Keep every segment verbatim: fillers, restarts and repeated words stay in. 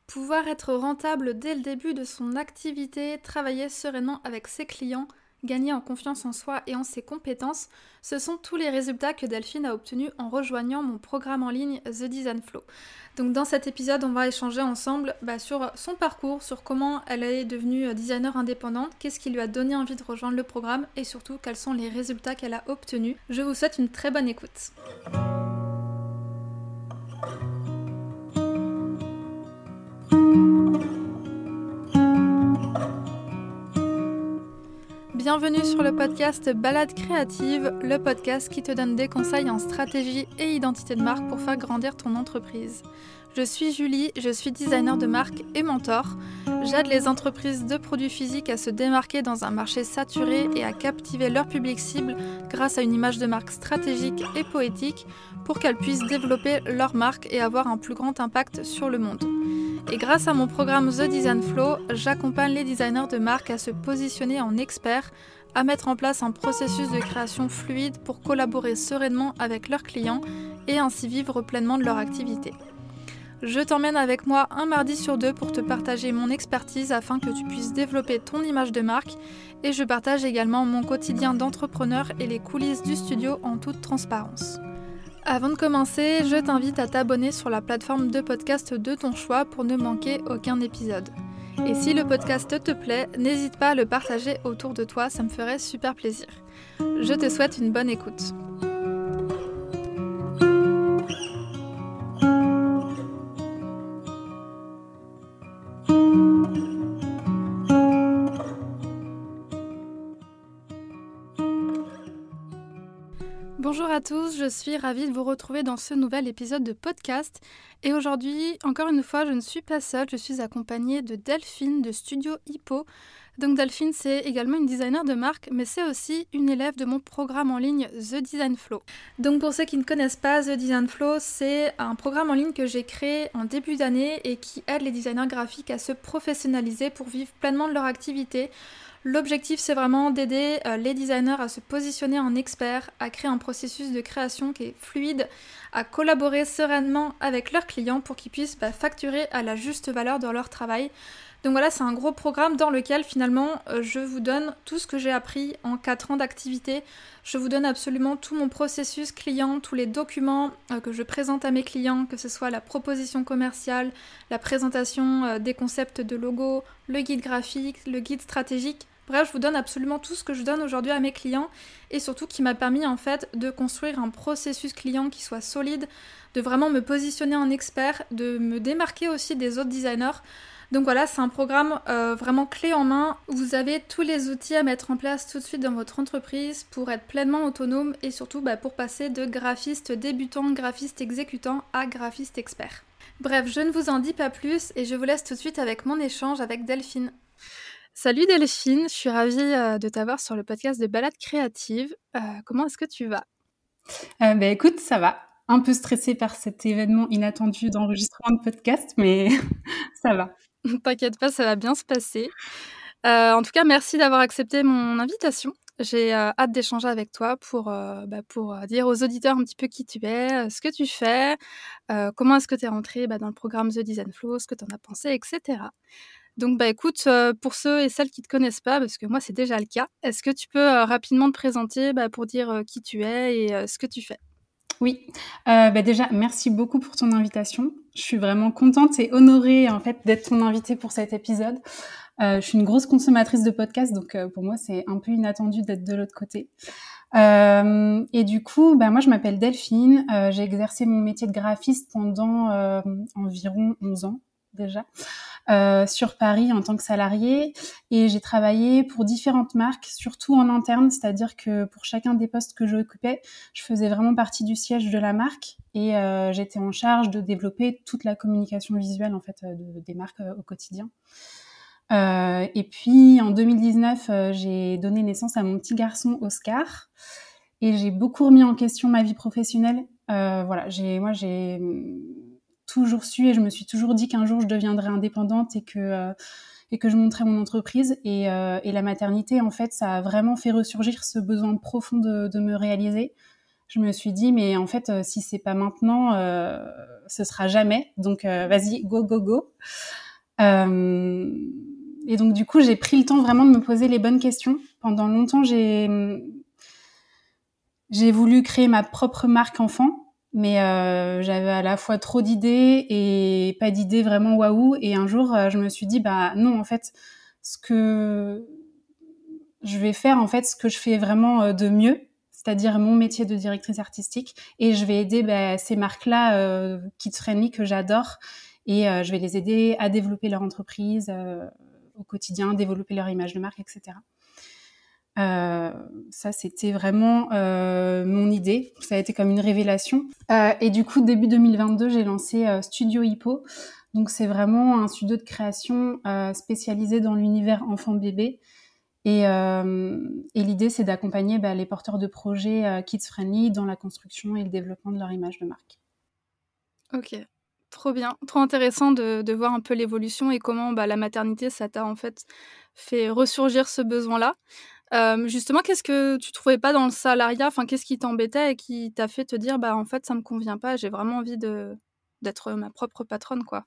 Pouvoir être rentable dès le début de son activité, travailler sereinement avec ses clients, gagner en confiance en soi et en ses compétences, ce sont tous les résultats que Delphine a obtenus en rejoignant mon programme en ligne The Design Flow. Donc dans cet épisode, on va échanger ensemble bah, sur son parcours, sur comment elle est devenue designer indépendante, qu'est-ce qui lui a donné envie de rejoindre le programme et surtout quels sont les résultats qu'elle a obtenus. Je vous souhaite une très bonne écoute. Bienvenue sur le podcast Balade créative, le podcast qui te donne des conseils en stratégie et identité de marque pour faire grandir ton entreprise. Je suis Julie, je suis designer de marque et mentor. J'aide les entreprises de produits physiques à se démarquer dans un marché saturé et à captiver leur public cible grâce à une image de marque stratégique et poétique pour qu'elles puissent développer leur marque et avoir un plus grand impact sur le monde. Et grâce à mon programme The Design Flow, j'accompagne les designers de marque à se positionner en experts, à mettre en place un processus de création fluide pour collaborer sereinement avec leurs clients et ainsi vivre pleinement de leur activité. Je t'emmène avec moi un mardi sur deux pour te partager mon expertise afin que tu puisses développer ton image de marque et je partage également mon quotidien d'entrepreneur et les coulisses du studio en toute transparence. Avant de commencer, je t'invite à t'abonner sur la plateforme de podcast de ton choix pour ne manquer aucun épisode. Et si le podcast te plaît, n'hésite pas à le partager autour de toi, ça me ferait super plaisir. Je te souhaite une bonne écoute. Bonjour à tous, je suis ravie de vous retrouver dans ce nouvel épisode de podcast. Et aujourd'hui, encore une fois, je ne suis pas seule, je suis accompagnée de Delphine de Studio Hippo. Donc Delphine, c'est également une designer de marque, mais c'est aussi une élève de mon programme en ligne The Design Flow. Donc pour ceux qui ne connaissent pas The Design Flow, c'est un programme en ligne que j'ai créé en début d'année et qui aide les designers graphiques à se professionnaliser pour vivre pleinement de leur activité. L'objectif, c'est vraiment d'aider euh, les designers à se positionner en experts, à créer un processus de création qui est fluide, à collaborer sereinement avec leurs clients pour qu'ils puissent bah, facturer à la juste valeur de leur travail. Donc voilà, c'est un gros programme dans lequel finalement euh, je vous donne tout ce que j'ai appris en quatre ans d'activité. Je vous donne absolument tout mon processus client, tous les documents euh, que je présente à mes clients, que ce soit la proposition commerciale, la présentation euh, des concepts de logo, le guide graphique, le guide stratégique. Bref, je vous donne absolument tout ce que je donne aujourd'hui à mes clients et surtout qui m'a permis en fait de construire un processus client qui soit solide, de vraiment me positionner en expert, de me démarquer aussi des autres designers. Donc voilà, c'est un programme euh, vraiment clé en main où vous avez tous les outils à mettre en place tout de suite dans votre entreprise pour être pleinement autonome et surtout bah, pour passer de graphiste débutant, graphiste exécutant à graphiste expert. Bref, je ne vous en dis pas plus et je vous laisse tout de suite avec mon échange avec Delphine. Salut Delphine, je suis ravie euh, de t'avoir sur le podcast de Balade créative. Euh, comment est-ce que tu vas ? Euh, bah, écoute, ça va. Un peu stressée par cet événement inattendu d'enregistrement de podcast, mais ça va. T'inquiète pas, ça va bien se passer. Euh, en tout cas, merci d'avoir accepté mon invitation. J'ai euh, hâte d'échanger avec toi pour, euh, bah, pour euh, dire aux auditeurs un petit peu qui tu es, euh, ce que tu fais, euh, comment est-ce que tu es rentrée bah, dans le programme The Design Flow, ce que tu en as pensé, et cetera. Donc, bah, écoute, euh, pour ceux et celles qui ne te connaissent pas, parce que moi, c'est déjà le cas, est-ce que tu peux euh, rapidement te présenter bah, pour dire euh, qui tu es et euh, ce que tu fais ? Oui, euh, bah déjà, merci beaucoup pour ton invitation. Je suis vraiment contente et honorée en fait d'être ton invitée pour cet épisode. Euh, je suis une grosse consommatrice de podcasts, donc euh, pour moi, c'est un peu inattendu d'être de l'autre côté. Euh, et du coup, bah, moi, je m'appelle Delphine. Euh, j'ai exercé mon métier de graphiste pendant euh, environ onze ans déjà. Euh, sur Paris en tant que salariée et j'ai travaillé pour différentes marques, surtout en interne, c'est-à-dire que pour chacun des postes que j'occupais, je faisais vraiment partie du siège de la marque et euh, j'étais en charge de développer toute la communication visuelle en fait de, des marques euh, au quotidien. Euh, et puis en deux mille dix-neuf, euh, j'ai donné naissance à mon petit garçon Oscar et j'ai beaucoup remis en question ma vie professionnelle. Euh, voilà, j'ai, moi j'ai toujours su et je me suis toujours dit qu'un jour je deviendrais indépendante et que euh, et que je monterais mon entreprise et, euh, et la maternité en fait ça a vraiment fait ressurgir ce besoin profond de, de me réaliser. je me suis dit, mais en fait, euh, si c'est pas maintenant, euh, ce sera jamais. Donc, euh, vas-y, go, go, go. Euh, et donc, du coup, j'ai pris le temps vraiment de me poser les bonnes questions. Pendant longtemps, j'ai, j'ai voulu créer ma propre marque enfant, mais euh, j'avais à la fois trop d'idées et pas d'idées vraiment waouh. Et un jour, euh, je me suis dit, bah non, en fait, ce que je vais faire, en fait, ce que je fais vraiment euh, de mieux, c'est-à-dire mon métier de directrice artistique, et je vais aider bah, ces marques-là, euh, kids friendly, que j'adore, et euh, je vais les aider à développer leur entreprise euh, au quotidien, développer leur image de marque, et cetera. Euh, ça, c'était vraiment euh, mon idée. Ça a été comme une révélation. Euh, et du coup, début deux mille vingt-deux, j'ai lancé euh, Studio Hippo. Donc, c'est vraiment un studio de création euh, spécialisé dans l'univers enfant-bébé. Et, euh, et l'idée, c'est d'accompagner bah, les porteurs de projets euh, kids-friendly dans la construction et le développement de leur image de marque. Ok, trop bien. Trop intéressant de, de voir un peu l'évolution et comment bah, la maternité, ça t'a en fait fait ressurgir ce besoin-là. Euh, justement, qu'est-ce que tu trouvais pas dans le salariat? Enfin, qu'est-ce qui t'embêtait et qui t'a fait te dire, bah en fait, ça me convient pas, j'ai vraiment envie de d'être ma propre patronne, quoi.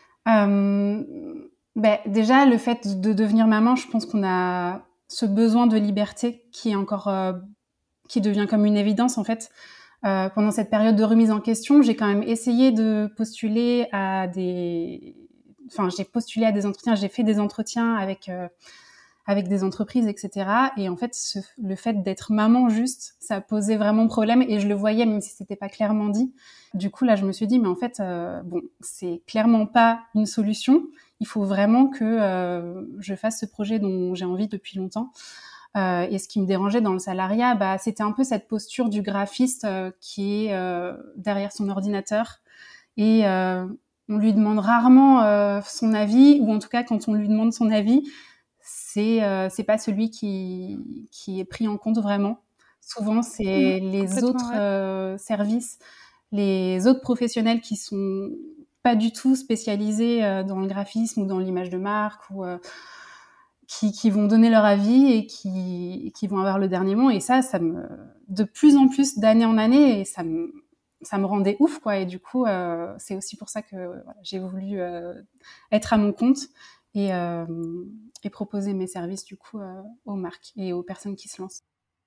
Euh, ben, déjà, le fait de devenir maman, je pense qu'on a ce besoin de liberté qui est encore, euh, qui devient comme une évidence en fait. Euh, pendant cette période de remise en question, j'ai quand même essayé de postuler à des, enfin, j'ai postulé à des entretiens, j'ai fait des entretiens avec euh, avec des entreprises, et cetera. Et en fait, ce, le fait d'être maman juste, ça posait vraiment problème et je le voyais même si c'était pas clairement dit. Du coup, là, je me suis dit, mais en fait, euh, bon, c'est clairement pas une solution. Il faut vraiment que euh, je fasse ce projet dont j'ai envie depuis longtemps. Euh, et ce qui me dérangeait dans le salariat, bah, c'était un peu cette posture du graphiste euh, qui est euh, derrière son ordinateur et euh, on lui demande rarement euh, son avis, ou en tout cas quand on lui demande son avis, c'est euh, c'est pas celui qui qui est pris en compte vraiment. Souvent, Mmh, c'est les complètement, autres ouais. euh, services, les autres professionnels qui sont pas du tout spécialisés euh, dans le graphisme ou dans l'image de marque ou euh, qui, qui vont donner leur avis et qui, qui vont avoir le dernier mot. Et ça, ça me, de plus en plus d'année en année, et ça me, ça me rendait ouf, quoi. Et du coup, euh, c'est aussi pour ça que voilà, j'ai voulu euh, être à mon compte et, euh, et proposer mes services, du coup, euh, aux marques et aux personnes qui se lancent.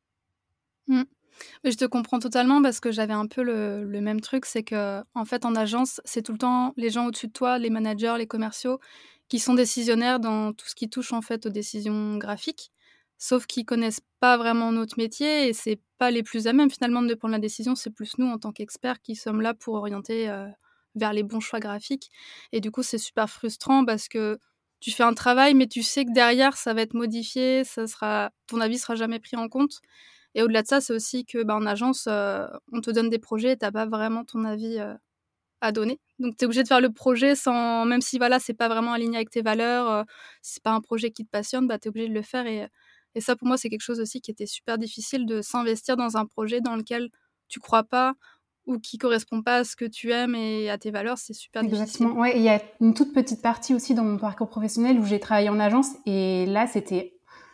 Mmh. Mais je te comprends totalement parce que j'avais un peu le le même truc, c'est que en fait, en agence, c'est tout le temps les gens au-dessus de toi, les managers, les commerciaux, qui sont décisionnaires dans tout ce qui touche, en fait, aux décisions graphiques. Sauf qu'ils connaissent pas vraiment notre métier et c'est pas les plus à même, finalement, de prendre la décision. C'est plus nous, en tant qu'experts, qui sommes là pour orienter, heu, vers les bons choix graphiques et du coup, c'est super frustrant parce que tu fais un travail, mais tu sais que derrière, ça va être modifié, ça sera ton avis sera jamais pris en compte et au-delà de ça, c'est aussi que, bah, en agence, heu, on te donne des projets et tu as pas vraiment ton avis, heu, à donner. Donc tu es obligé de faire le projet sans même si, voilà, c'est pas vraiment aligné avec tes valeurs, heu, si c'est pas un projet qui te passionne, bah, tu es obligé de le faire et et ça, pour moi, c'est quelque chose aussi qui était super difficile de s'investir dans un projet dans lequel tu crois pas ou qui correspond pas à ce que tu aimes et à tes valeurs, c'est super difficile. Exactement. Ouais, il y a une toute petite partie aussi dans mon parcours professionnel où j'ai travaillé en agence et là, c'était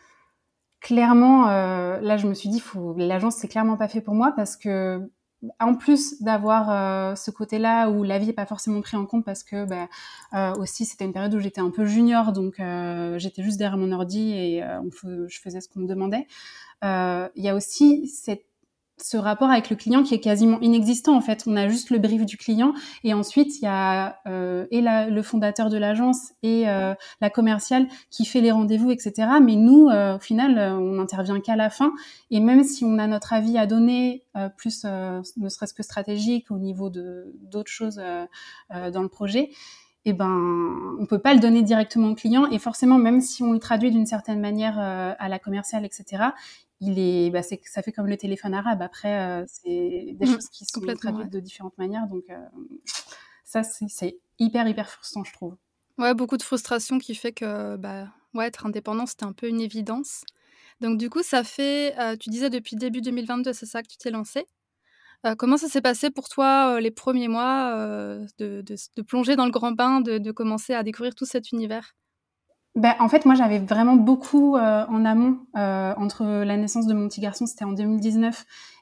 clairement, euh, là, je me suis dit, faut, l'agence, c'est clairement pas fait pour moi parce que, en plus d'avoir euh, ce côté-là où la vie est pas forcément pris en compte parce que, bah, euh, aussi, c'était une période où j'étais un peu junior, donc euh, j'étais juste derrière mon ordi et euh, on f- je faisais ce qu'on me demandait. Euh, Il y a aussi cette ce rapport avec le client qui est quasiment inexistant en fait. On a juste le brief du client et ensuite il y a euh, et la, le fondateur de l'agence et euh, la commerciale qui fait les rendez-vous, et cetera. Mais nous, euh, au final, euh, on n'intervient qu'à la fin et même si on a notre avis à donner, euh, plus euh, ne serait-ce que stratégique au niveau de d'autres choses euh, euh, dans le projet, eh ben, on peut pas le donner directement au client et forcément, même si on le traduit d'une certaine manière euh, à la commerciale, et cetera, il est, bah, c'est, ça fait comme le téléphone arabe. Après, euh, c'est des Mmh. choses qui sont Complètement, ouais. traduites de différentes manières, donc euh, ça, c'est, c'est hyper, hyper frustrant, je trouve. Ouais, beaucoup de frustration qui fait que, bah, ouais, être indépendant, c'était un peu une évidence. Donc du coup, ça fait, heu, tu disais depuis début deux mille vingt-deux, c'est ça que tu t'es lancé? Heu, comment ça s'est passé pour toi, heu, les premiers mois, heu, de de s de plonger dans le grand bain, de de commencer à découvrir tout cet univers? Ben, en fait, moi, j'avais vraiment beaucoup euh, en amont euh, entre la naissance de mon petit garçon, c'était en deux mille dix-neuf,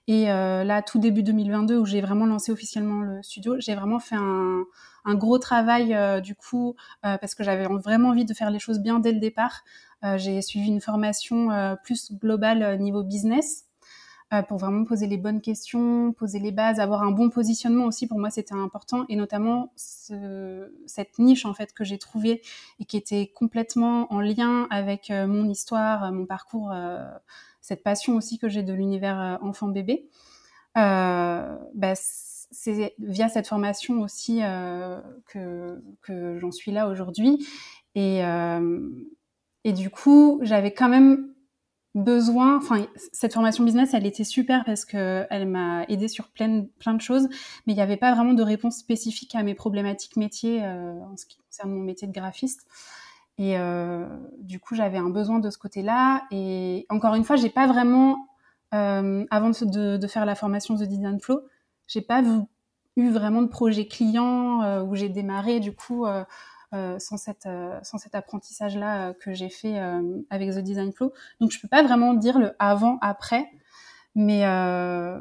Et euh, là, tout début deux mille vingt-deux, où j'ai vraiment lancé officiellement le studio, j'ai vraiment fait un, un gros travail euh, du coup, euh, parce que j'avais vraiment envie de faire les choses bien dès le départ. Euh, j'ai suivi une formation euh, plus globale euh, niveau business euh, pour vraiment poser les bonnes questions, poser les bases, avoir un bon positionnement aussi. Pour moi, c'était important, et notamment ce, cette niche en fait que j'ai trouvée et qui était complètement en lien avec euh, mon histoire, mon parcours, euh, cette passion aussi que j'ai de l'univers euh, enfant-bébé. Euh, bah, c'est via cette formation aussi euh, que, que j'en suis là aujourd'hui. Et, euh, et du coup, j'avais quand même besoin, enfin, cette formation business, elle était super parce que elle m'a aidée sur plein, plein de choses, mais il n'y avait pas vraiment de réponse spécifique à mes problématiques métiers euh, en ce qui concerne mon métier de graphiste. Et euh, du coup, j'avais un besoin de ce côté-là. Et encore une fois, j'ai pas vraiment, euh, avant de, de, de faire la formation The Design Flow, j'ai pas vu, eu vraiment de projet client euh, où j'ai démarré du coup euh, euh, sans, cette, euh, sans cet apprentissage-là euh, que j'ai fait euh, avec The Design Flow. Donc, je peux pas vraiment dire le avant-après, mais euh,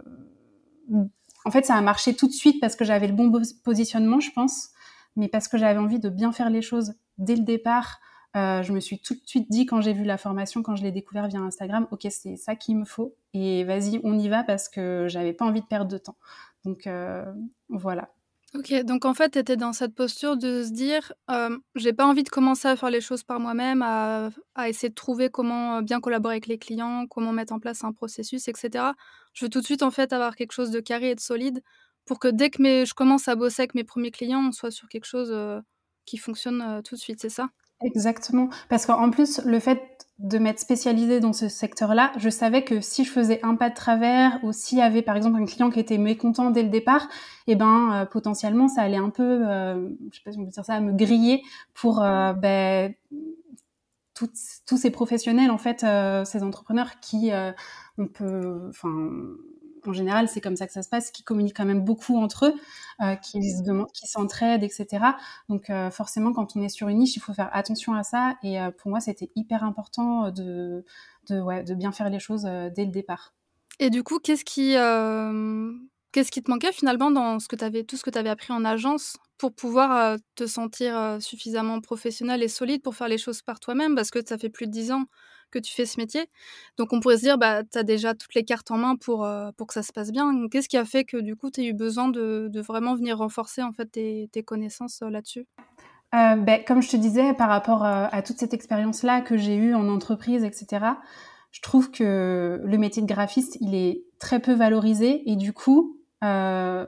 en fait, ça a marché tout de suite parce que j'avais le bon positionnement, je pense, mais parce que j'avais envie de bien faire les choses dès le départ. Euh, je me suis tout de suite dit, quand j'ai vu la formation, quand je l'ai découvert via Instagram, ok, c'est ça qu'il me faut, et vas-y, on y va, parce que j'avais pas envie de perdre de temps. Donc euh, voilà. Ok, donc en fait, tu étais dans cette posture de se dire, euh, j'ai pas envie de commencer à faire les choses par moi-même, à, à essayer de trouver comment bien collaborer avec les clients, comment mettre en place un processus, et cetera. Je veux tout de suite en fait avoir quelque chose de carré et de solide pour que dès que mes, je commence à bosser avec mes premiers clients, on soit sur quelque chose euh, qui fonctionne euh, tout de suite, c'est ça? Exactement. Parce qu'en plus, le fait de m'être spécialisée dans ce secteur-là, je savais que si je faisais un pas de travers, ou s'il y avait par exemple un client qui était mécontent dès le départ, eh ben euh, potentiellement ça allait un peu, euh, je sais pas si on peut dire ça, me griller pour euh, ben, toutes, tous ces professionnels, en fait, euh, ces entrepreneurs qui, euh, on peut, enfin, en général, c'est comme ça que ça se passe, qui communiquent quand même beaucoup entre eux, euh, qui se demandent, qui s'entraident, et cetera. Donc, euh, forcément, quand on est sur une niche, il faut faire attention à ça. Et euh, pour moi, c'était hyper important de, de, ouais, de bien faire les choses euh, dès le départ. Et du coup, qu'est-ce qui, euh, qu'est-ce qui te manquait finalement dans ce que t'avais, tout ce que tu avais appris en agence pour pouvoir euh, te sentir euh, suffisamment professionnel et solide pour faire les choses par toi-même? Parce que ça fait plus de dix ans que tu fais ce métier. Donc on pourrait se dire, bah, tu as déjà toutes les cartes en main pour, euh, pour que ça se passe bien. Qu'est-ce qui a fait que du coup, tu as eu besoin de, de vraiment venir renforcer en fait tes, tes connaissances euh, là-dessus? Euh, ben, comme je te disais, par rapport euh, à toute cette expérience-là que j'ai eue en entreprise, et cetera, je trouve que le métier de graphiste, il est très peu valorisé, et du coup, euh,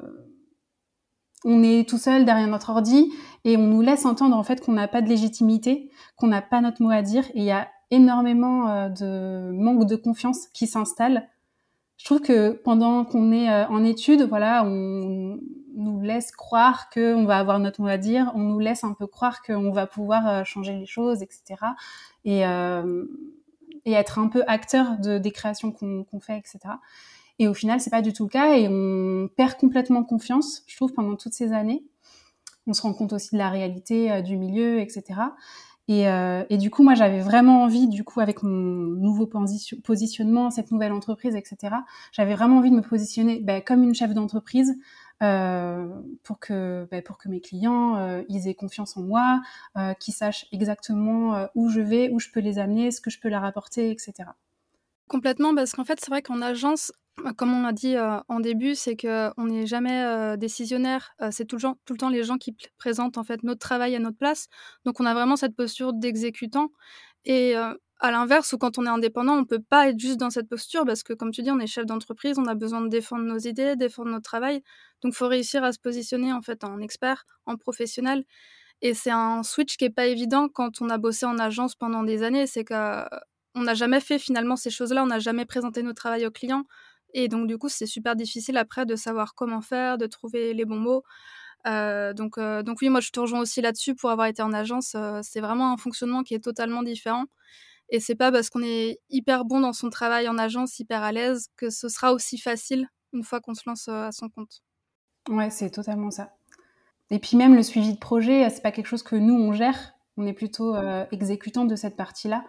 on est tout seul derrière notre ordi et on nous laisse entendre en fait qu'on n'a pas de légitimité, qu'on n'a pas notre mot à dire, et il y a énormément euh, de manque de confiance qui s'installe. Je trouve que pendant qu'on est euh, en études, voilà, on nous laisse croire qu'on va avoir notre mot à dire, on nous laisse un peu croire qu'on va pouvoir euh, changer les choses, et cetera. Et, euh, et être un peu acteur de, des créations qu'on, qu'on fait, et cetera. Et au final, c'est pas du tout le cas, et on perd complètement confiance, je trouve, pendant toutes ces années. On se rend compte aussi de la réalité euh, du milieu, et cetera. Et, euh, et du coup, moi, j'avais vraiment envie, du coup, avec mon nouveau position- positionnement, cette nouvelle entreprise, et cetera, j'avais vraiment envie de me positionner ben, comme une chef d'entreprise, euh, pour que ben, pour que mes clients euh, ils aient confiance en moi, euh, qu'ils sachent exactement euh, où je vais, où je peux les amener, ce que je peux leur apporter, et cetera. Complètement, parce qu'en fait, c'est vrai qu'en agence, euh, comme on l'a dit euh, en début, c'est qu'on n'est jamais euh, décisionnaire. Euh, c'est tout le, gens- tout le temps les gens qui p- présentent en fait notre travail à notre place. Donc, on a vraiment cette posture d'exécutant. Et euh, à l'inverse, ou quand on est indépendant, on peut pas être juste dans cette posture parce que, comme tu dis, on est chef d'entreprise, on a besoin de défendre nos idées, défendre notre travail. Donc, il faut réussir à se positionner en fait en expert, en professionnel. Et c'est un switch qui est pas évident quand on a bossé en agence pendant des années. C'est que on n'a jamais fait finalement ces choses-là, on n'a jamais présenté notre travail aux clients. Et donc, du coup, c'est super difficile après de savoir comment faire, de trouver les bons mots. Euh, donc, euh, donc oui, moi, je te rejoins aussi là-dessus pour avoir été en agence. Euh, c'est vraiment un fonctionnement qui est totalement différent. Et c'est pas parce qu'on est hyper bon dans son travail en agence, hyper à l'aise, que ce sera aussi facile une fois qu'on se lance euh, à son compte. Ouais, c'est totalement ça. Et puis même le suivi de projet, c'est pas quelque chose que nous on gère. On est plutôt euh, exécutant de cette partie-là.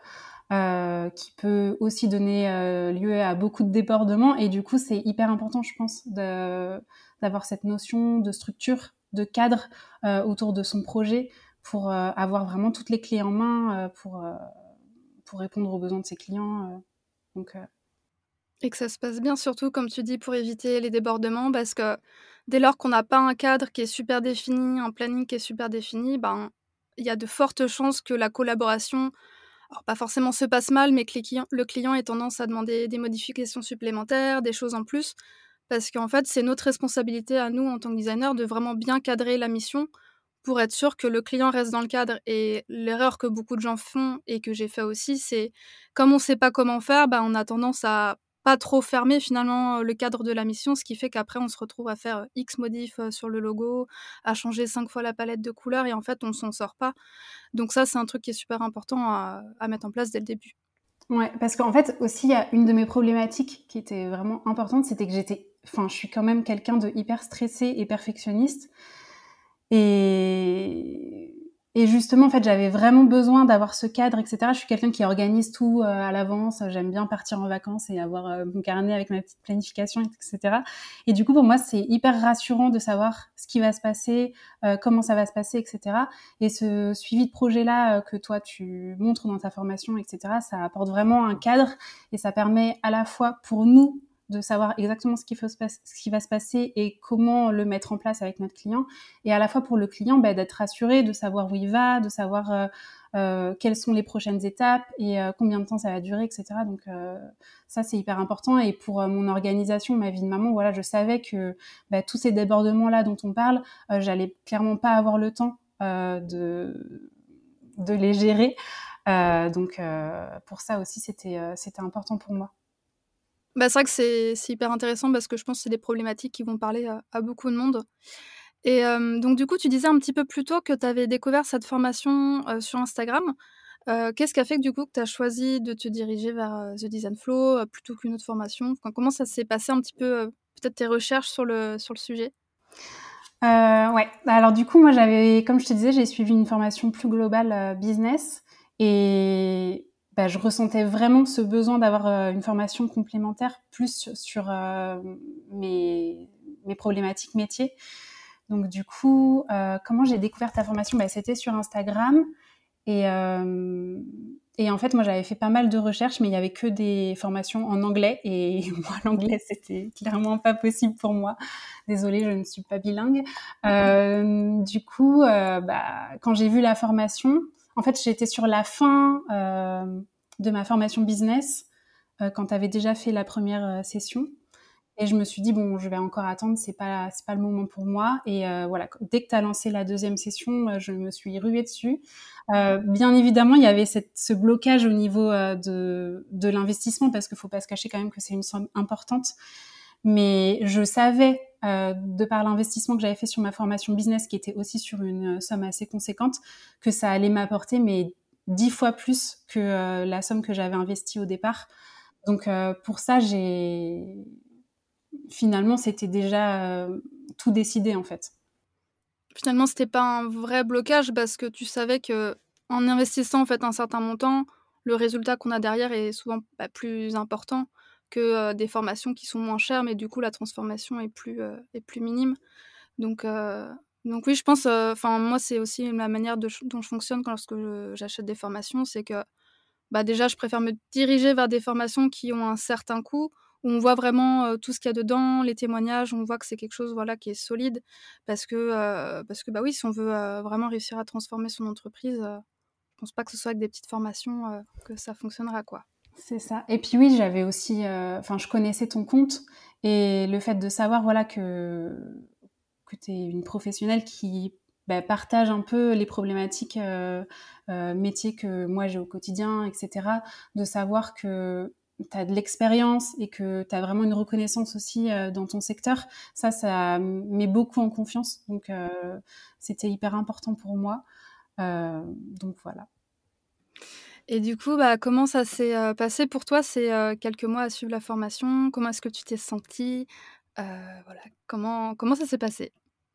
euh, qui peut aussi donner euh, lieu à beaucoup de débordements. Et du coup, c'est hyper important, je pense, de, d'avoir cette notion de structure, de cadre euh, autour de son projet pour euh, avoir vraiment toutes les clés en main euh, pour, euh, pour répondre aux besoins de ses clients. Euh. Donc, euh, Et que ça se passe bien, surtout, comme tu dis, pour éviter les débordements, parce que dès lors qu'on n'a pas un cadre qui est super défini, un planning qui est super défini, ben, il y a de fortes chances que la collaboration, alors pas forcément se passe mal, mais que les clients, le client ait tendance à demander des modifications supplémentaires, des choses en plus, parce qu'en fait, c'est notre responsabilité à nous, en tant que designer, de vraiment bien cadrer la mission pour être sûr que le client reste dans le cadre. Et l'erreur que beaucoup de gens font, et que j'ai fait aussi, c'est comme on ne sait pas comment faire, bah, on a tendance à pas trop fermer finalement le cadre de la mission, ce qui fait qu'après on se retrouve à faire X modifs euh, sur le logo, à changer cinq fois la palette de couleurs, et en fait on s'en sort pas. Donc ça, c'est un truc qui est super important à, à mettre en place dès le début. ouais, parce qu'en fait, aussi, il y a une de mes problématiques qui était vraiment importante, c'était que j'étais, enfin, je suis quand même quelqu'un de hyper stressé et perfectionniste. Et, et justement, en fait, j'avais vraiment besoin d'avoir ce cadre, et cetera. Je suis quelqu'un qui organise tout euh, à l'avance. J'aime bien partir en vacances et avoir euh, mon carnet avec ma petite planification, et cetera. Et du coup, pour moi, c'est hyper rassurant de savoir ce qui va se passer, euh, comment ça va se passer, et cetera. Et ce suivi de projet-là euh, que toi, tu montres dans ta formation, et cetera, ça apporte vraiment un cadre et ça permet à la fois pour nous de savoir exactement ce qui, faut se passer, ce qui va se passer et comment le mettre en place avec notre client, et à la fois pour le client bah, d'être rassuré, de savoir où il va, de savoir euh, euh, quelles sont les prochaines étapes et euh, combien de temps ça va durer, et cetera. Donc euh, ça, c'est hyper important. Et pour euh, mon organisation, ma vie de maman, voilà, je savais que bah, tous ces débordements-là dont on parle, euh, j'allais clairement pas avoir le temps euh, de, de les gérer. Euh, donc euh, pour ça aussi, c'était, euh, c'était important pour moi. Bah, c'est vrai que c'est, c'est hyper intéressant, parce que je pense que c'est des problématiques qui vont parler à, à beaucoup de monde. Et euh, donc du coup, tu disais un petit peu plus tôt que tu avais découvert cette formation euh, sur Instagram. Euh, qu'est-ce qui a fait que du coup que tu as choisi de te diriger vers euh, The Design Flow euh, plutôt qu'une autre formation? Enfin, comment ça s'est passé un petit peu, euh, peut-être tes recherches sur le, sur le sujet? Euh, ouais. Alors du coup, moi, j'avais, comme je te disais, j'ai suivi une formation plus globale euh, business, et bah, je ressentais vraiment ce besoin d'avoir euh, une formation complémentaire plus sur, sur euh, mes, mes problématiques métiers. Donc du coup, euh, comment j'ai découvert ta formation? Bah, c'était sur Instagram. Et, euh, et en fait, moi, j'avais fait pas mal de recherches, mais il y avait que des formations en anglais. Et moi, l'anglais, c'était clairement pas possible pour moi. Désolée, je ne suis pas bilingue. Euh, du coup, euh, bah, quand j'ai vu la formation, en fait, j'étais sur la fin euh, de ma formation business euh, quand tu avais déjà fait la première euh, session. Et je me suis dit, bon, je vais encore attendre, c'est pas, c'est pas le moment pour moi. Et euh, voilà, dès que tu as lancé la deuxième session, euh, je me suis ruée dessus. Euh, bien évidemment, il y avait cette, ce blocage au niveau euh, de, de l'investissement, parce qu'il faut pas se cacher quand même que c'est une somme importante. Mais je savais, euh, de par l'investissement que j'avais fait sur ma formation business, qui était aussi sur une somme assez conséquente, que ça allait m'apporter mais dix fois plus que euh, la somme que j'avais investie au départ. Donc euh, pour ça, j'ai finalement, c'était déjà euh, tout décidé en fait. Finalement, c'était pas un vrai blocage, parce que tu savais que en investissant en fait un certain montant, le résultat qu'on a derrière est souvent bah, plus important que euh, des formations qui sont moins chères, mais du coup la transformation est plus, euh, est plus minime. Donc, euh, donc oui, je pense, enfin moi c'est aussi la manière de, dont je fonctionne quand lorsque je- j'achète des formations, c'est que bah, déjà je préfère me diriger vers des formations qui ont un certain coût, où on voit vraiment euh, tout ce qu'il y a dedans, les témoignages, on voit que c'est quelque chose voilà, qui est solide, parce que, euh, parce que bah oui, si on veut euh, vraiment réussir à transformer son entreprise, euh, je pense pas que ce soit avec des petites formations euh, que ça fonctionnera, quoi. C'est ça. Et puis oui, j'avais aussi, euh, enfin, je connaissais ton compte, et le fait de savoir, voilà, que que tu es une professionnelle qui bah, partage un peu les problématiques euh, euh, métiers que moi j'ai au quotidien, et cetera. De savoir que tu as de l'expérience et que tu as vraiment une reconnaissance aussi euh, dans ton secteur, ça, ça met beaucoup en confiance. Donc, euh, c'était hyper important pour moi. Euh, donc voilà. Et du coup, bah, comment ça s'est euh, passé pour toi ces euh, quelques mois à suivre la formation? Comment est-ce que tu t'es sentie? Euh, voilà, comment, comment ça s'est passé?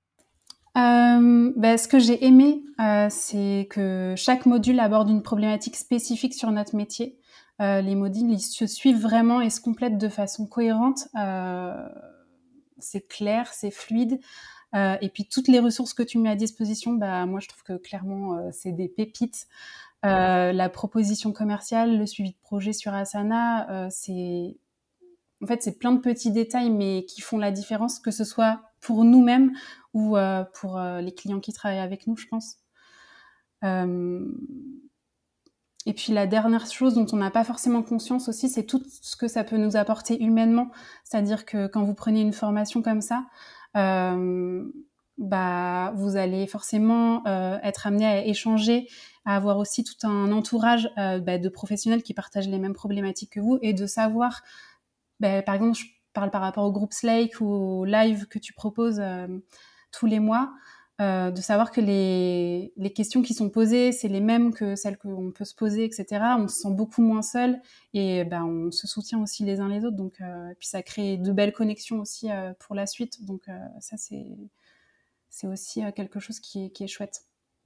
Euh, bah, ce que j'ai aimé, euh, c'est que chaque module aborde une problématique spécifique sur notre métier. euh, les modules, ils se suivent vraiment et se complètent de façon cohérente. Euh, c'est clair, c'est fluide. Euh, et puis toutes les ressources que tu mets à disposition, bah moi je trouve que clairement euh, c'est des pépites. Euh, la proposition commerciale, le suivi de projet sur Asana, euh, c'est en fait c'est plein de petits détails mais qui font la différence, que ce soit pour nous-mêmes ou euh, pour euh, les clients qui travaillent avec nous, je pense. Euh, et puis la dernière chose dont on n'a pas forcément conscience aussi, c'est tout ce que ça peut nous apporter humainement. C'est-à-dire que quand vous prenez une formation comme ça, euh, bah, vous allez forcément euh, être amené à échanger, à avoir aussi tout un entourage euh, bah, de professionnels qui partagent les mêmes problématiques que vous, et de savoir, bah, par exemple, je parle par rapport au groupe Slake ou au live que tu proposes euh, tous les mois, euh, de savoir que les, les questions qui sont posées, c'est les mêmes que celles qu'on peut se poser, et cetera. On se sent beaucoup moins seul et ben, on se soutient aussi les uns les autres. Donc, euh, puis ça crée de belles connexions aussi euh, pour la suite. Donc euh, ça, c'est, c'est aussi euh, quelque chose qui est, qui est chouette.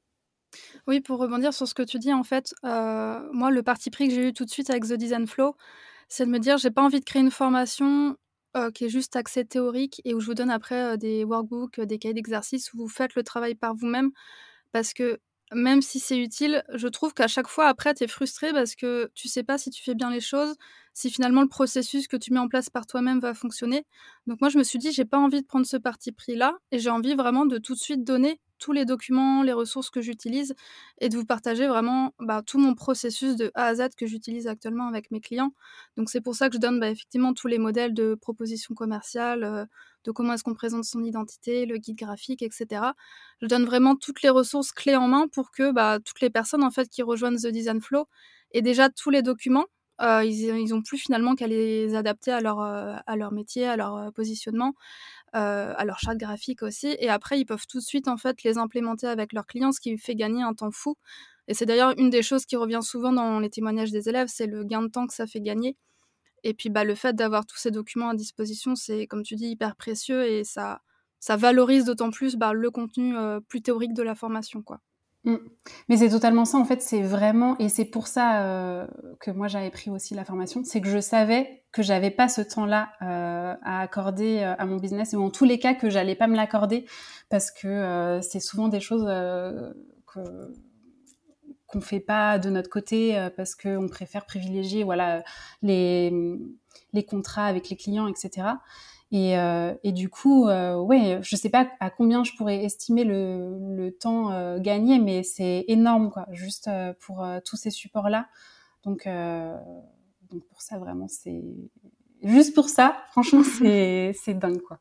Oui, pour rebondir sur ce que tu dis, en fait, euh, moi, le parti pris que j'ai eu tout de suite avec The Design Flow, c'est de me dire, j'ai pas envie de créer une formation euh, qui est juste axée théorique et où je vous donne après euh, des workbooks, euh, des cahiers d'exercices où vous faites le travail par vous-même. Parce que même si c'est utile, je trouve qu'à chaque fois, après, tu es frustré parce que tu sais pas si tu fais bien les choses, si finalement le processus que tu mets en place par toi-même va fonctionner. Donc moi, je me suis dit, j'ai pas envie de prendre ce parti pris-là et j'ai envie vraiment de tout de suite donner tous les documents, les ressources que j'utilise et de vous partager vraiment bah, tout mon processus de A à Z que j'utilise actuellement avec mes clients. Donc c'est pour ça que je donne bah, effectivement tous les modèles de proposition commerciale, euh, de comment est-ce qu'on présente son identité, le guide graphique, et cetera. Je donne vraiment toutes les ressources clés en main pour que bah, toutes les personnes en fait qui rejoignent The Design Flow aient déjà tous les documents. Euh, ils, ils ont plus finalement qu'à les adapter à leur, euh, à leur métier, à leur euh, positionnement, euh, à leur charte graphique aussi. Et après, ils peuvent tout de suite en fait les implémenter avec leurs clients, ce qui fait gagner un temps fou. Et c'est d'ailleurs une des choses qui revient souvent dans les témoignages des élèves, c'est le gain de temps que ça fait gagner. Et puis bah, le fait d'avoir tous ces documents à disposition, c'est comme tu dis hyper précieux et ça, ça valorise d'autant plus bah, le contenu euh, plus théorique de la formation, quoi. Mm. Mais c'est totalement ça, en fait, c'est vraiment, et c'est pour ça euh, que moi j'avais pris aussi la formation, c'est que je savais que j'avais pas ce temps-là euh, à accorder euh, à mon business, ou en tous les cas que j'allais pas me l'accorder, parce que euh, c'est souvent des choses euh, que qu'on fait pas de notre côté euh, parce qu'on préfère privilégier voilà les les contrats avec les clients, et cetera. Et, euh, et du coup, euh, ouais, je sais pas à combien je pourrais estimer le, le temps euh, gagné, mais c'est énorme, quoi, juste euh, pour euh, tous ces supports-là. Donc, euh, donc pour ça, vraiment, c'est juste pour ça, franchement, c'est c'est dingue, quoi.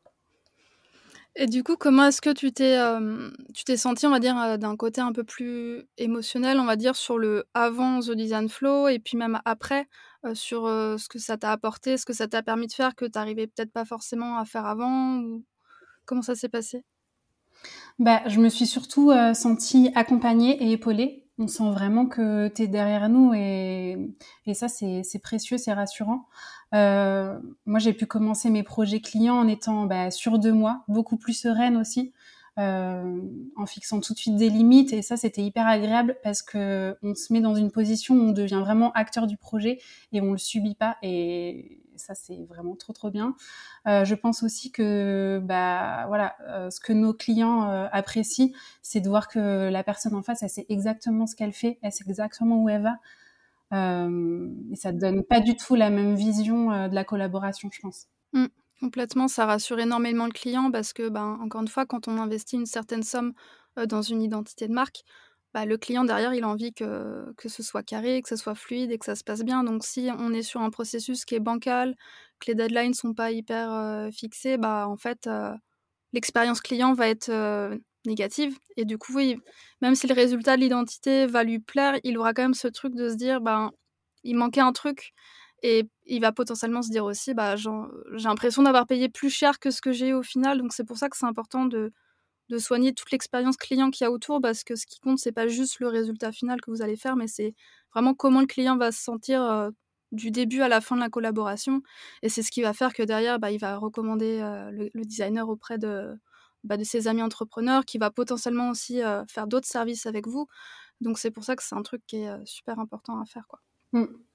Et du coup, comment est-ce que tu t'es, euh, tu t'es senti, on va dire, euh, d'un côté un peu plus émotionnel, on va dire, sur le avant The Design Flow et puis même après, euh, sur euh, ce que ça t'a apporté, ce que ça t'a permis de faire que t'arrivais peut-être pas forcément à faire avant ou comment ça s'est passé? Bah, je me suis surtout euh, sentie accompagnée et épaulée. On sent vraiment que tu es derrière nous et, et ça, c'est, c'est précieux, c'est rassurant. Euh, moi, j'ai pu commencer mes projets clients en étant bah, sûre de moi, beaucoup plus sereine aussi, euh, en fixant tout de suite des limites. Et ça, c'était hyper agréable parce que on se met dans une position où on devient vraiment acteur du projet et on le subit pas. Et ça, c'est vraiment trop, trop bien. Euh, je pense aussi que bah voilà, euh, ce que nos clients euh, apprécient, c'est de voir que la personne en face, elle sait exactement ce qu'elle fait, elle sait exactement où elle va. Euh, et ça ne donne pas du tout la même vision euh, de la collaboration, je pense. Mmh. Complètement, ça rassure énormément le client parce que, ben, encore une fois, quand on investit une certaine somme, heu, dans une identité de marque, bah, le client derrière, il a envie que que ce soit carré, que ce soit fluide et que ça se passe bien. Donc si on est sur un processus qui est bancal, que les deadlines sont pas hyper, heu, fixées, bah, en fait, heu, l'expérience client va être, heu, négative et du coup, oui, même si le résultat de l'identité va lui plaire, il aura quand même ce truc de se dire: «Ben, il manquait un truc» et il va potentiellement se dire aussi: «Bah, j'en j'ai l'impression d'avoir payé plus cher que ce que j'ai eu au final». Donc c'est pour ça que c'est important de de soigner toute l'expérience client qu'il y a autour parce que ce qui compte, c'est pas juste le résultat final que vous allez faire, mais c'est vraiment comment le client va se sentir, heu, du début à la fin de la collaboration et c'est ce qui va faire que derrière, bah, il va recommander, heu, le le designer auprès de, bah, de ses amis entrepreneurs, qui va potentiellement aussi, heu, faire d'autres services avec vous. Donc c'est pour ça que c'est un truc qui est, heu, super important à faire, quoi. Mm.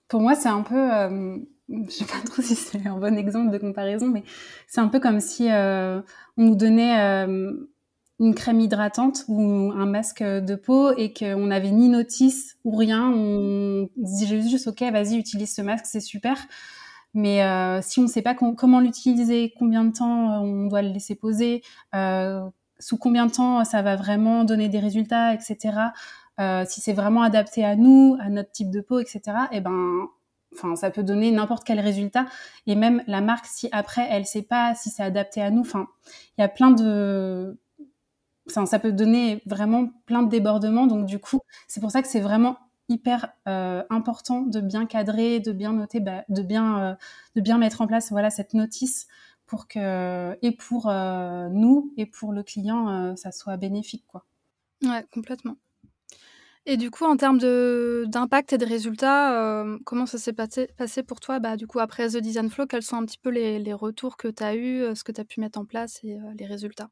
Pour moi, c'est un peu, euh, je sais pas trop si c'est un bon exemple de comparaison, mais c'est un peu comme si euh, on nous donnait euh, une crème hydratante ou un masque de peau et qu'on n'avait ni notice ou rien. On se dit juste, ok, vas-y, utilise ce masque, c'est super. Mais euh, si on ne sait pas com- comment l'utiliser, combien de temps on doit le laisser poser, euh, sous combien de temps ça va vraiment donner des résultats, et cetera. Euh, si c'est vraiment adapté à nous, à notre type de peau, et cetera. Et ben, enfin, ça peut donner n'importe quel résultat. Et même la marque, si après elle sait pas si c'est adapté à nous, enfin, il y a plein de, enfin, ça peut donner vraiment plein de débordements. Donc du coup, c'est pour ça que c'est vraiment hyper euh, important de bien cadrer, de bien noter, bah, de bien, euh, de bien mettre en place, voilà, cette notice pour que et pour euh, nous et pour le client, euh, ça soit bénéfique, quoi. Ouais, complètement. Et du coup, en termes de d'impact et de résultats, heu, comment ça s'est passé passé pour toi? Bah, du coup, après The Design Flow, quels sont un petit peu les les retours que tu as eus, heu, ce que tu as pu mettre en place et heu, les résultats?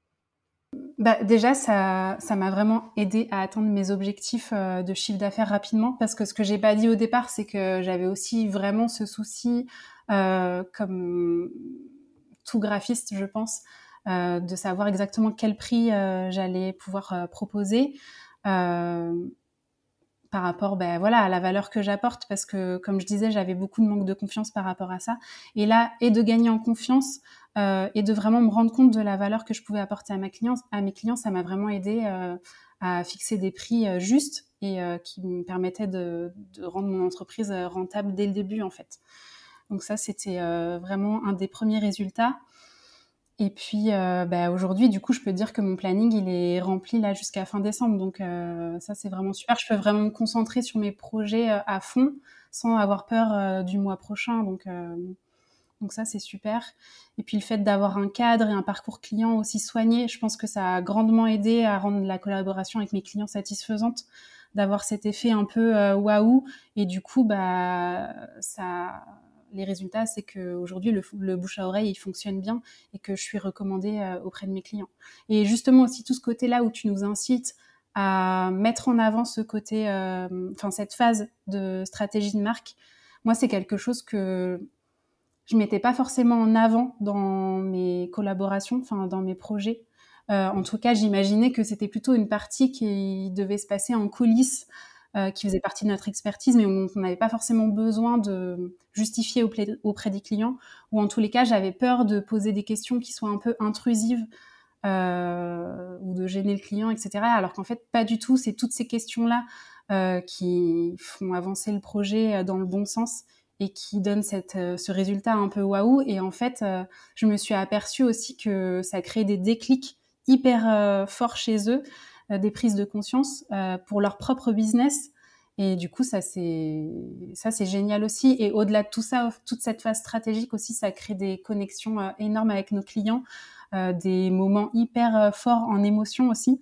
Bah, déjà, ça, ça m'a vraiment aidé à atteindre mes objectifs euh, de chiffre d'affaires rapidement parce que ce que j'ai pas dit au départ, c'est que j'avais aussi vraiment ce souci, euh, comme tout graphiste, je pense, euh, de savoir exactement quel prix euh, j'allais pouvoir euh, proposer. Euh, par rapport ben, voilà, à la valeur que j'apporte parce que, comme je disais, j'avais beaucoup de manque de confiance par rapport à ça. Et là, et de gagner en confiance euh, et de vraiment me rendre compte de la valeur que je pouvais apporter à, ma client, à mes clients, ça m'a vraiment aidé euh, à fixer des prix euh, justes et euh, qui me permettaient de, de rendre mon entreprise rentable dès le début, en fait. Donc ça, c'était euh, vraiment un des premiers résultats. Et puis, euh, bah, aujourd'hui, du coup, je peux dire que mon planning, il est rempli là jusqu'à fin décembre. Donc, euh, ça, c'est vraiment super. Je peux vraiment me concentrer sur mes projets euh, à fond sans avoir peur euh, du mois prochain. Donc, euh, donc ça, c'est super. Et puis, le fait d'avoir un cadre et un parcours client aussi soigné, je pense que ça a grandement aidé à rendre la collaboration avec mes clients satisfaisante, d'avoir cet effet un peu euh, waouh. Et du coup, bah, ça les résultats, c'est qu'aujourd'hui, le, le bouche à oreille, il fonctionne bien et que je suis recommandée euh, auprès de mes clients. Et justement aussi tout ce côté-là où tu nous incites à mettre en avant ce côté, euh, enfin cette phase de stratégie de marque, moi, c'est quelque chose que je mettais pas forcément en avant dans mes collaborations, enfin dans mes projets. Euh, en tout cas, j'imaginais que c'était plutôt une partie qui devait se passer en coulisses, euh, qui faisait partie de notre expertise, mais on n'avait pas forcément besoin de justifier auprès, auprès des clients. Ou en tous les cas, j'avais peur de poser des questions qui soient un peu intrusives euh, ou de gêner le client, et cetera. Alors qu'en fait, pas du tout. C'est toutes ces questions-là euh, qui font avancer le projet dans le bon sens et qui donnent cette, euh, ce résultat un peu waouh. Et en fait, euh, je me suis aperçue aussi que ça crée des déclics hyper euh, forts chez eux, euh, des prises de conscience euh, pour leur propre business. Et du coup, ça c'est ça c'est génial aussi. Et au-delà de tout ça, toute cette phase stratégique aussi, ça crée des connexions euh, énormes avec nos clients, euh, des moments hyper euh, forts en émotion aussi.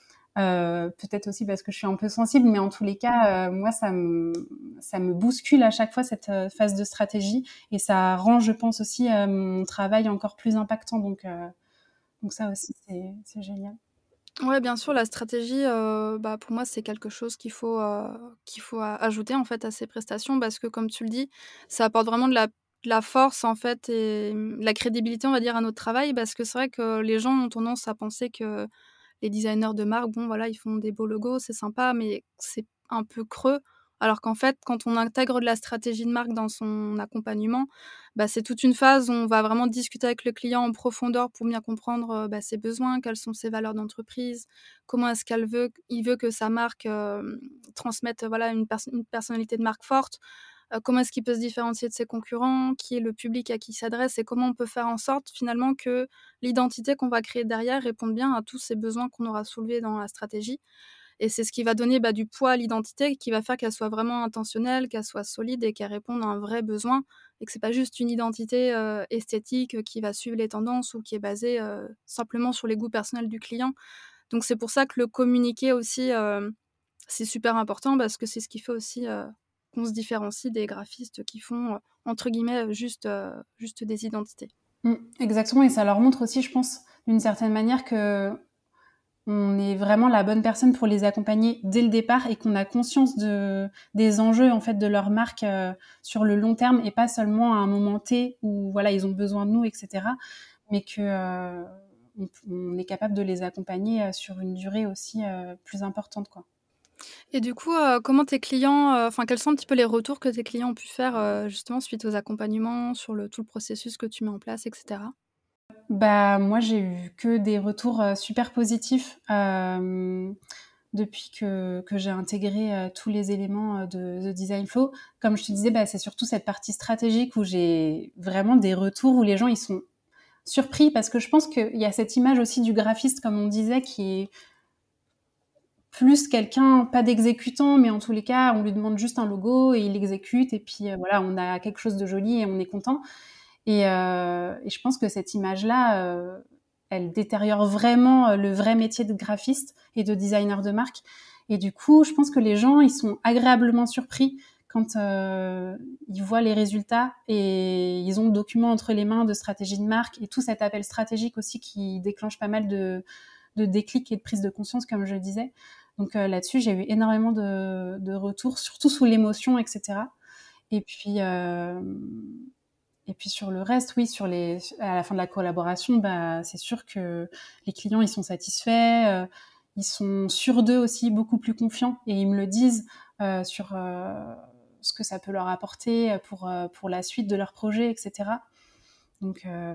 Euh, peut-être aussi parce que je suis un peu sensible, mais en tous les cas, euh, moi, ça me, ça me bouscule à chaque fois cette euh, phase de stratégie et ça rend, je pense aussi, euh, mon travail encore plus impactant. Donc, euh, donc ça aussi, c'est, c'est génial. Ouais, bien sûr, la stratégie, heu, bah, pour moi, c'est quelque chose qu'il faut, heu, qu'il faut a ajouter, en fait, à ces prestations parce que comme tu le dis, ça apporte vraiment de la de la force, en fait et mmh, de la crédibilité, on va dire, à notre travail parce que c'est vrai que les gens ont tendance à penser que les designers de marque, bon, voilà, ils font des beaux logos, c'est sympa, mais c'est un peu creux. Alors qu'en fait, quand on intègre de la stratégie de marque dans son accompagnement, bah, c'est toute une phase où on va vraiment discuter avec le client en profondeur pour bien comprendre, heu, bah, ses besoins, quelles sont ses valeurs d'entreprise, comment est-ce qu'elle veut il veut que sa marque, hem, transmette, heu, voilà, une perso une personnalité de marque forte. Heu, comment est-ce qu'il peut se différencier de ses concurrents? Qui est le public à qui il s'adresse? Et comment on peut faire en sorte finalement que l'identité qu'on va créer derrière réponde bien à tous ces besoins qu'on aura soulevés dans la stratégie? Et c'est ce qui va donner, bah, du poids à l'identité, qui va faire qu'elle soit vraiment intentionnelle, qu'elle soit solide et qu'elle réponde à un vrai besoin et que c'est pas juste une identité, heu, esthétique, heu, qui va suivre les tendances ou qui est basée, heu, simplement sur les goûts personnels du client. Donc c'est pour ça que le communiquer aussi, hem, c'est super important parce que c'est ce qui fait aussi, heu, qu'on se différencie des graphistes qui font, heu, entre guillemets, juste, heu, juste des identités. Mm, exactement. Et ça leur montre aussi, je pense, d'une certaine manière que on est vraiment la bonne personne pour les accompagner dès le départ et qu'on a conscience de, des enjeux en fait de leur marque euh, sur le long terme et pas seulement à un moment T où voilà ils ont besoin de nous, et cetera. Mais que euh, on, on est capable de les accompagner euh, sur une durée aussi euh, plus importante, quoi. Et du coup, heu, comment tes clients, heu, enfin, quels sont un petit peu les retours que tes clients ont pu faire, heu, justement suite aux accompagnements, sur le tout le processus que tu mets en place et cetera? Bah, moi, j'ai eu que des retours euh, super positifs euh, depuis que, que j'ai intégré euh, tous les éléments euh, de The Design Flow. Comme je te disais, bah, c'est surtout cette partie stratégique où j'ai vraiment des retours où les gens ils sont surpris parce que je pense qu'il y a cette image aussi du graphiste, comme on disait, qui est plus quelqu'un, pas d'exécutant, mais en tous les cas, on lui demande juste un logo et il l'exécute et puis euh, voilà, on a quelque chose de joli et on est content. Et, euh, et je pense que cette image-là, euh, elle détériore vraiment euh, le vrai métier de graphiste et de designer de marque. Et du coup, je pense que les gens, ils sont agréablement surpris quand euh, ils voient les résultats et ils ont le document entre les mains de stratégie de marque et tout cet appel stratégique aussi qui déclenche pas mal de, de déclics et de prise de conscience, comme je le disais. Donc euh, là-dessus, j'ai eu énormément de, de retours, surtout sous l'émotion, et cetera. Et puis, euh, et puis sur le reste, oui, sur les, à la fin de la collaboration, bah, c'est sûr que les clients, ils sont satisfaits, euh, ils sont sûrs d'eux aussi, beaucoup plus confiants, et ils me le disent euh, sur euh, ce que ça peut leur apporter pour, euh, pour la suite de leur projet, et cetera. Donc, euh,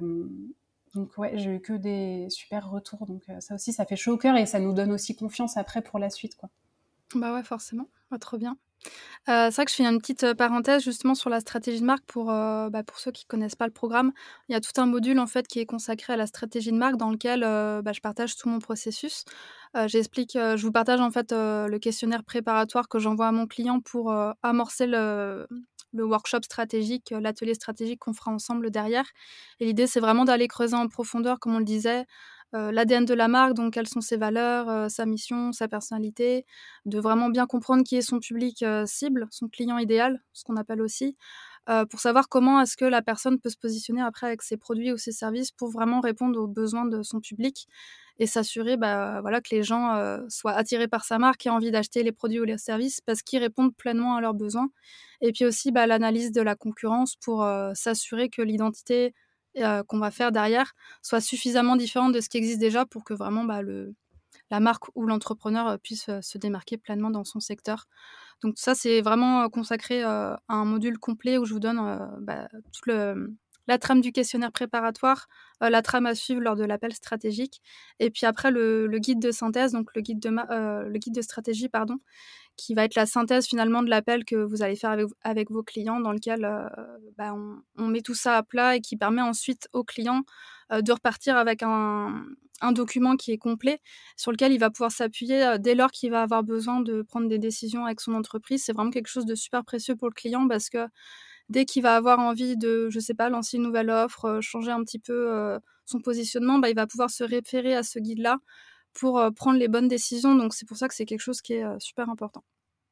donc ouais, j'ai eu que des super retours, donc euh, ça aussi, ça fait chaud au cœur et ça nous donne aussi confiance après pour la suite, quoi. Bah, ouais, forcément. Bah, trop bien. Heu, c'est vrai que je fais une petite, heu, parenthèse justement sur la stratégie de marque pour, heu, bah, pour ceux qui connaissent pas le programme. Il y a tout un module en fait qui est consacré à la stratégie de marque dans lequel, heu, bah, je partage tout mon processus. Heu, j'explique, heu, je vous partage en fait, heu, le questionnaire préparatoire que j'envoie à mon client pour, heu, amorcer le le workshop stratégique, heu, l'atelier stratégique qu'on fera ensemble derrière. Et l'idée, c'est vraiment d'aller creuser en profondeur, comme on le disait, heu, l'A D N de la marque, donc quelles sont ses valeurs, heu, sa mission, sa personnalité, de vraiment bien comprendre qui est son public, heu, cible, son client idéal, ce qu'on appelle aussi, heu, pour savoir comment est-ce que la personne peut se positionner après avec ses produits ou ses services pour vraiment répondre aux besoins de son public et s'assurer, bah, voilà, que les gens, heu, soient attirés par sa marque et aient envie d'acheter les produits ou les services parce qu'ils répondent pleinement à leurs besoins. Et puis aussi, bah, l'analyse de la concurrence pour, heu, s'assurer que l'identité, heu, qu'on va faire derrière soit suffisamment différente de ce qui existe déjà pour que vraiment, bah, le la marque ou l'entrepreneur, heu, puisse, heu, se démarquer pleinement dans son secteur. Donc ça, c'est vraiment, heu, consacré, heu, à un module complet où je vous donne, heu, bah, toute le la trame du questionnaire préparatoire, heu, la trame à suivre lors de l'appel stratégique et puis après le le guide de synthèse, donc le guide de ma heu, le guide de stratégie, pardon, qui va être la synthèse finalement de l'appel que vous allez faire avec avec vos clients dans lequel, heu, bah, on on met tout ça à plat et qui permet ensuite au client, heu, de repartir avec un un document qui est complet, sur lequel il va pouvoir s'appuyer, heu, dès lors qu'il va avoir besoin de prendre des décisions avec son entreprise. C'est vraiment quelque chose de super précieux pour le client parce que dès qu'il va avoir envie de, je sais pas, lancer une nouvelle offre, heu, changer un petit peu, heu, son positionnement, bah, il va pouvoir se référer à ce guide-là pour, heu, prendre les bonnes décisions. Donc c'est pour ça que c'est quelque chose qui est, heu, super important.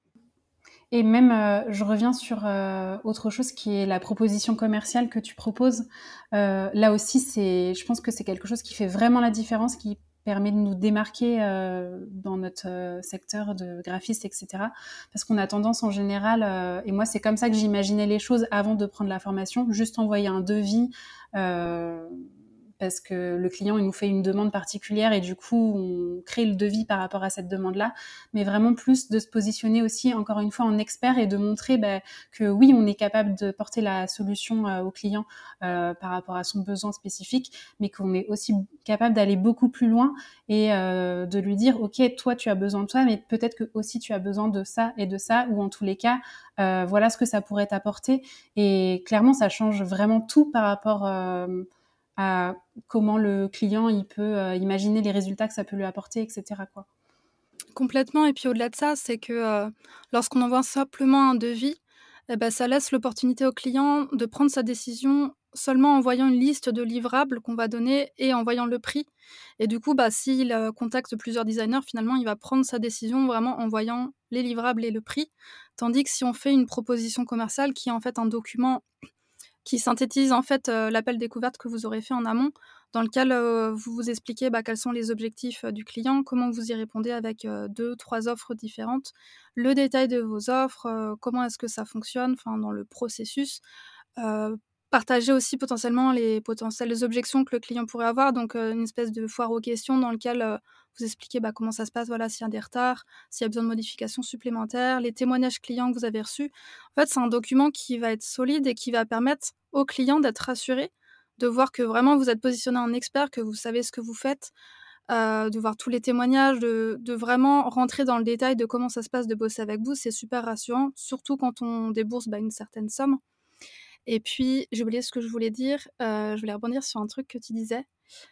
Et même, euh, je reviens sur euh, autre chose qui est la proposition commerciale que tu proposes. Euh, là aussi, c'est, je pense que c'est quelque chose qui fait vraiment la différence, qui permet de nous démarquer euh, dans notre euh, secteur de graphiste, et cetera. Parce qu'on a tendance en général, euh, et moi c'est comme ça que j'imaginais les choses avant de prendre la formation, juste envoyer un devis. Euh, parce que le client il nous fait une demande particulière et du coup on crée le devis par rapport à cette demande-là, mais vraiment plus de se positionner aussi encore une fois en expert et de montrer bah, que oui on est capable de porter la solution euh, au client euh, par rapport à son besoin spécifique, mais qu'on est aussi capable d'aller beaucoup plus loin et euh, de lui dire ok toi tu as besoin de ça, mais peut-être que aussi tu as besoin de ça et de ça, ou en tous les cas euh, voilà ce que ça pourrait t'apporter. Et clairement ça change vraiment tout par rapport euh, à comment le client il peut euh, imaginer les résultats que ça peut lui apporter, et cetera quoi. Complètement et puis au-delà de ça, c'est que, heu, lorsqu'on envoie simplement un devis et bah, ça laisse l'opportunité au client de prendre sa décision seulement en voyant une liste de livrables qu'on va donner et en voyant le prix. Et du coup, bah, s'il, heu, contacte plusieurs designers, finalement, il va prendre sa décision vraiment en voyant les livrables et le prix. Tandis que si on fait une proposition commerciale qui est en fait un document qui synthétise en fait, heu, l'appel découverte que vous aurez fait en amont. dans lequel euh, vous vous expliquez bah, quels sont les objectifs euh, du client, comment vous y répondez avec euh, deux, trois offres différentes, le détail de vos offres, euh, comment est-ce que ça fonctionne, enfin dans le processus. Euh, partager aussi potentiellement les potentielles objections que le client pourrait avoir, donc euh, une espèce de foire aux questions dans lequel euh, vous expliquez bah, comment ça se passe, voilà, s'il y a des retards, s'il y a besoin de modifications supplémentaires, les témoignages clients que vous avez reçus. En fait, c'est un document qui va être solide et qui va permettre au client d'être rassuré, de voir que vraiment vous êtes positionné en expert, que vous savez ce que vous faites, euh, de voir tous les témoignages, de, de vraiment rentrer dans le détail de comment ça se passe de bosser avec vous. C'est super rassurant, surtout quand on débourse bah, une certaine somme. Et puis, j'ai oublié ce que je voulais dire, heu, je voulais rebondir sur un truc que tu disais.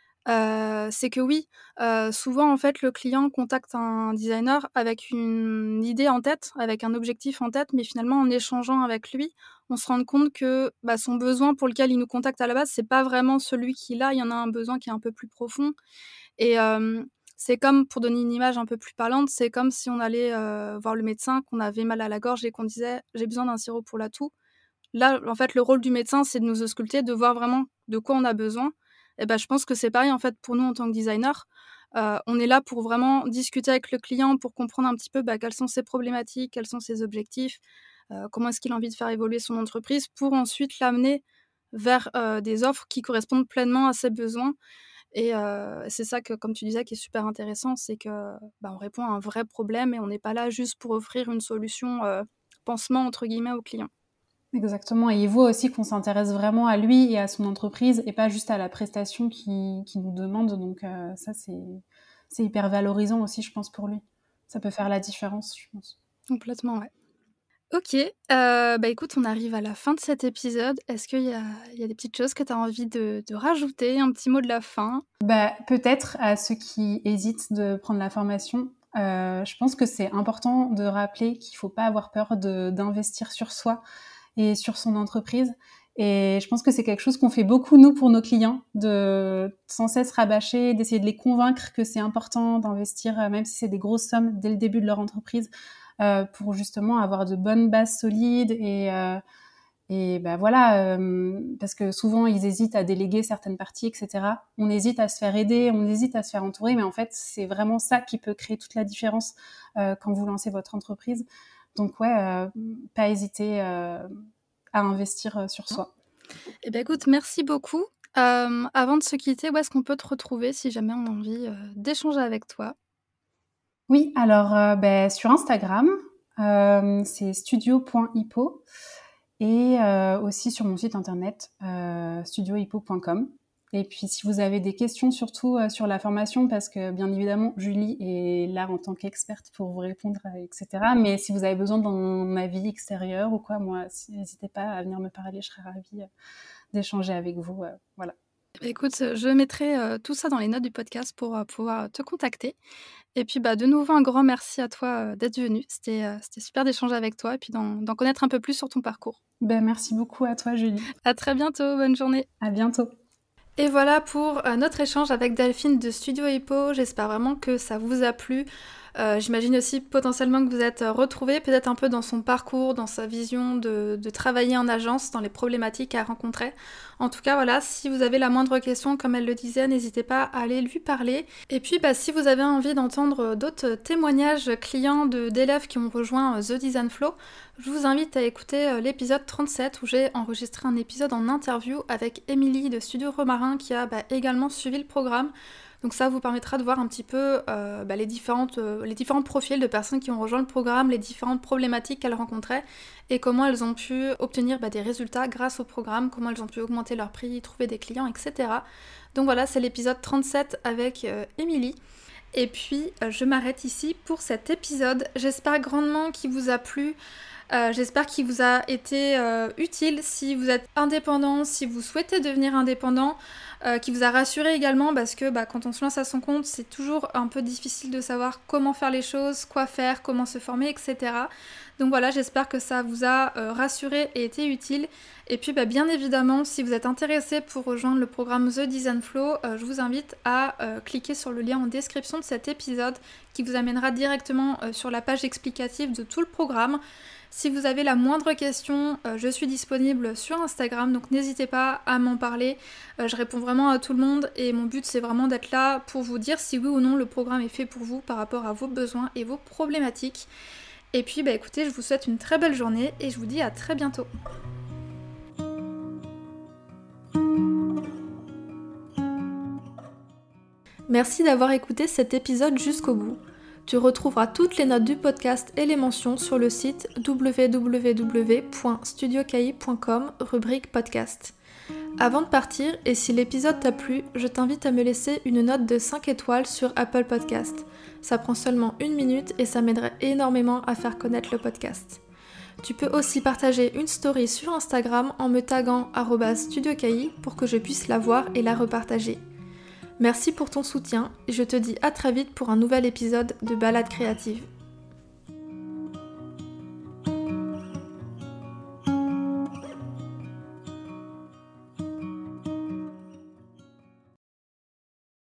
Heu, c'est que oui, heu, souvent, en fait, le client contacte un designer avec une idée en tête, avec un objectif en tête, mais finalement, en échangeant avec lui, on se rend compte que, bah, son besoin pour lequel il nous contacte à la base, c'est pas vraiment celui qu'il a. Il y en a un besoin qui est un peu plus profond et hem, c'est comme, pour donner une image un peu plus parlante, c'est comme si on allait, heu, voir le médecin, qu'on avait mal à la gorge et qu'on disait: «J'ai besoin d'un sirop pour la toux». Là, en fait, le rôle du médecin, c'est de nous ausculter, de voir vraiment de quoi on a besoin. Et ben, je pense que c'est pareil, en fait, pour nous en tant que designer. Heu, on est là pour vraiment discuter avec le client, pour comprendre un petit peu, bah, quelles sont ses problématiques, quels sont ses objectifs, heu, comment est-ce qu'il a envie de faire évoluer son entreprise pour ensuite l'amener vers, heu, des offres qui correspondent pleinement à ses besoins et heu, c'est ça que, comme tu disais, qui est super intéressant, c'est que, bah, on répond à un vrai problème et on n'est pas là juste pour offrir une solution, heu, «pansement» entre guillemets au client. Exactement, et il voit aussi qu'on s'intéresse vraiment à lui et à son entreprise et pas juste à la prestation qu'il qu'il nous demande. Donc euh, ça, c'est c'est hyper valorisant aussi, je pense, pour lui. Ça peut faire la différence, je pense. Complètement, ouais. OK, heu, bah, écoute, on arrive à la fin de cet épisode. Est-ce qu'il y a il y a des petites choses que tu as envie de de rajouter? Un petit mot de la fin? Bah, peut-être à ceux qui hésitent de prendre la formation, euh, je pense que c'est important de rappeler qu'il faut pas avoir peur de d'investir sur soi et sur son entreprise. Et je pense que c'est quelque chose qu'on fait beaucoup, nous, pour nos clients, de sans cesse rabâcher, d'essayer de les convaincre que c'est important d'investir, même si c'est des grosses sommes, dès le début de leur entreprise, euh, pour justement avoir de bonnes bases solides et... Euh, et ben voilà, euh, parce que souvent ils hésitent à déléguer certaines parties, et cetera. On hésite à se faire aider, on hésite à se faire entourer, mais en fait c'est vraiment ça qui peut créer toute la différence euh, quand vous lancez votre entreprise. Donc ouais, euh, pas hésiter euh, à investir sur soi. Eh bien, écoute, merci beaucoup. Hem, avant de se quitter, où est-ce qu'on peut te retrouver si jamais on a envie, heu, d'échanger avec toi? Oui, alors euh, ben, sur Instagram, euh, c'est studio point hippo et euh, aussi sur mon site internet euh, studio hippo point com. Et puis si vous avez des questions surtout euh, sur la formation, parce que bien évidemment Julie est là en tant qu'experte pour vous répondre, euh, et cetera. Mais si vous avez besoin d'un avis extérieur ou quoi, moi, si, n'hésitez pas à venir me parler, je serais ravie euh, d'échanger avec vous. Euh, voilà. Eh beh, écoute, je mettrai, heu, tout ça dans les notes du podcast pour, heu, pouvoir te contacter et puis, bah, de nouveau un grand merci à toi, heu, d'être venu. C'était, heu, c'était super d'échanger avec toi et puis d'en d'en connaître un peu plus sur ton parcours. Ben, merci beaucoup à toi Julie. À très bientôt, bonne journée. À bientôt. Et voilà pour euh, notre échange avec Delphine de Studio Hippo. J'espère vraiment que ça vous a plu. Euh, J'imagine aussi potentiellement que vous êtes retrouvés peut-être un peu dans son parcours, dans sa vision de, de travailler en agence, dans les problématiques qu'elle rencontrait. En tout cas, voilà, si vous avez la moindre question, comme elle le disait, n'hésitez pas à aller lui parler. Et puis, bah, si vous avez envie d'entendre d'autres témoignages clients de- d'élèves qui ont rejoint euh, The Design Flow, je vous invite à écouter euh, l'épisode trente-sept où j'ai enregistré un épisode en interview avec Émilie de Studio Romarin qui a bah, également suivi le programme. Donc ça vous permettra de voir un petit peu euh, bah, les, différentes, euh, les différents profils de personnes qui ont rejoint le programme, les différentes problématiques qu'elles rencontraient et comment elles ont pu obtenir bah, des résultats grâce au programme, comment elles ont pu augmenter leur prix, trouver des clients, et cetera. Donc voilà, c'est l'épisode trente-sept avec euh, Émilie. Et puis, euh, je m'arrête ici pour cet épisode. J'espère grandement qu'il vous a plu. Euh, j'espère qu'il vous a été euh, utile si vous êtes indépendant, si vous souhaitez devenir indépendant, euh, qui vous a rassuré également parce que bah, quand on se lance à son compte, c'est toujours un peu difficile de savoir comment faire les choses, quoi faire, comment se former, et cetera. Donc voilà, j'espère que ça vous a euh, rassuré et été utile. Et puis bah, bien évidemment, si vous êtes intéressé pour rejoindre le programme The Design Flow, euh, je vous invite à euh, cliquer sur le lien en description de cet épisode qui vous amènera directement euh, sur la page explicative de tout le programme. Si vous avez la moindre question, euh, je suis disponible sur Instagram, donc n'hésitez pas à m'en parler. Euh, je réponds vraiment à tout le monde et mon but c'est vraiment d'être là pour vous dire si oui ou non le programme est fait pour vous par rapport à vos besoins et vos problématiques. Et puis bah écoutez, je vous souhaite une très belle journée et je vous dis à très bientôt. Merci d'avoir écouté cet épisode jusqu'au bout. Tu retrouveras toutes les notes du podcast et les mentions sur le site w w w point studio k i point com, rubrique podcast. Avant de partir, et si l'épisode t'a plu, je t'invite à me laisser une note de cinq étoiles sur Apple Podcast. Ça prend seulement une minute et ça m'aiderait énormément à faire connaître le podcast. Tu peux aussi partager une story sur Instagram en me taguant arobase studio k i pour que je puisse la voir et la repartager. Merci pour ton soutien et je te dis à très vite pour un nouvel épisode de Balade créative.